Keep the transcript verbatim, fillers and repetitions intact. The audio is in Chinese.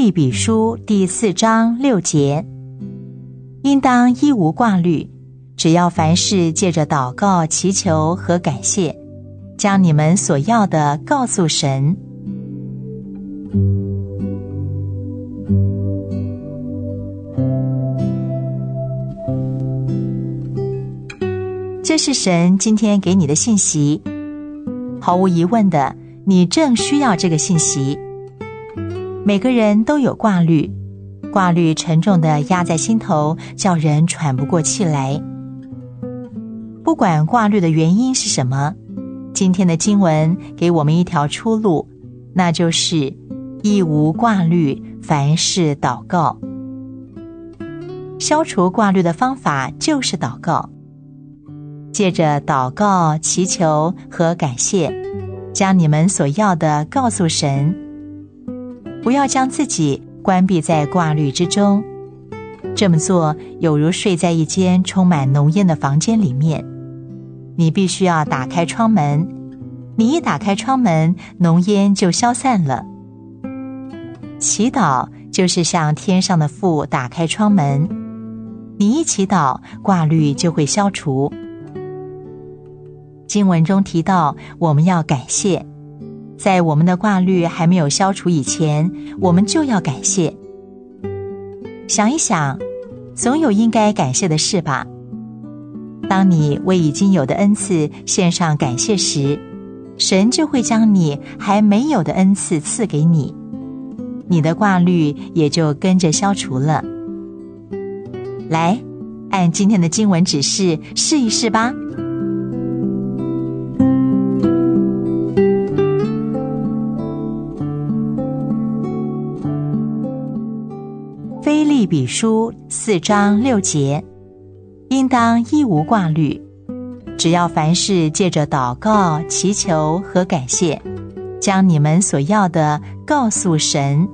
利比书第四章六节，应当一无挂虑，只要凡事借着祷告、祈求和感谢，将你们所要的告诉神。这是神今天给你的信息，毫无疑问的，你正需要这个信息。每个人都有挂虑，挂虑沉重地压在心头，叫人喘不过气来。不管挂虑的原因是什么，今天的经文给我们一条出路，那就是一无挂虑，凡事祷告。消除挂虑的方法就是祷告，借着祷告、祈求和感谢，将你们所要的告诉神。不要将自己关闭在挂虑之中，这么做有如睡在一间充满浓烟的房间里面。你必须要打开窗门，你一打开窗门，浓烟就消散了。祈祷就是向天上的父打开窗门，你一祈祷，挂虑就会消除。经文中提到，我们要感谢，在我们的挂虑还没有消除以前，我们就要感谢。想一想，总有应该感谢的事吧。当你为已经有的恩赐献上感谢时，神就会将你还没有的恩赐赐给你，你的挂虑也就跟着消除了。来，按今天的经文指示试一试吧。腓立比书四章六节，应当一无挂虑，只要凡事借着祷告、祈求和感谢，将你们所要的告诉神。